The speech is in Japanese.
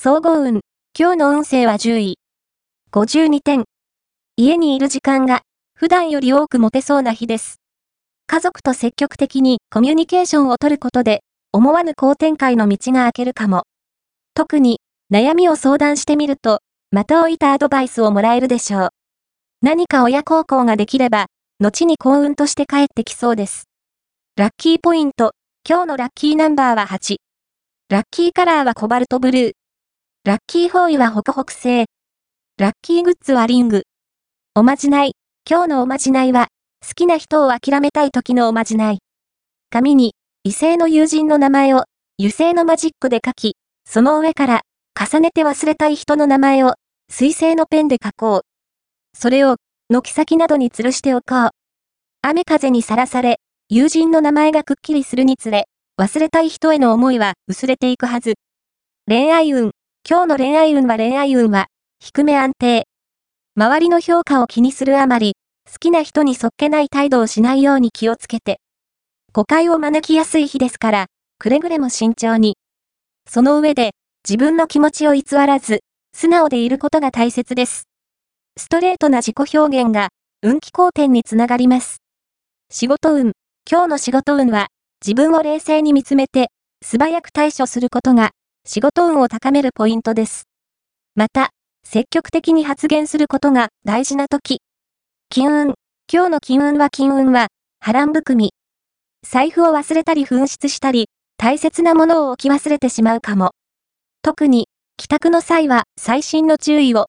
総合運。今日の運勢は10位。52点。家にいる時間が普段より多く持てそうな日です。家族と積極的にコミュニケーションを取ることで、思わぬ好展開の道が開けるかも。特に、悩みを相談してみると、的を射たアドバイスをもらえるでしょう。何か親孝行ができれば、後に幸運として帰ってきそうです。ラッキーポイント。今日のラッキーナンバーは8。ラッキーカラーはコバルトブルー。ラッキーフォーイはホクホク製。ラッキーグッズはリング。おまじない。今日のおまじないは、好きな人を諦めたい時のおまじない。紙に、異性の友人の名前を、油性のマジックで書き、その上から、重ねて忘れたい人の名前を、水性のペンで書こう。それを、軒先などに吊るしておこう。雨風にさらされ、友人の名前がくっきりするにつれ、忘れたい人への思いは薄れていくはず。恋愛運。今日の恋愛運は、低め安定。周りの評価を気にするあまり、好きな人にそっけない態度をしないように気をつけて。誤解を招きやすい日ですから、くれぐれも慎重に。その上で、自分の気持ちを偽らず、素直でいることが大切です。ストレートな自己表現が、運気好転につながります。仕事運。今日の仕事運は、自分を冷静に見つめて、素早く対処することが、仕事運を高めるポイントです。また、積極的に発言することが大事な時。金運。今日の金運は波乱含み。財布を忘れたり紛失したり、大切なものを置き忘れてしまうかも。特に、帰宅の際は細心の注意を。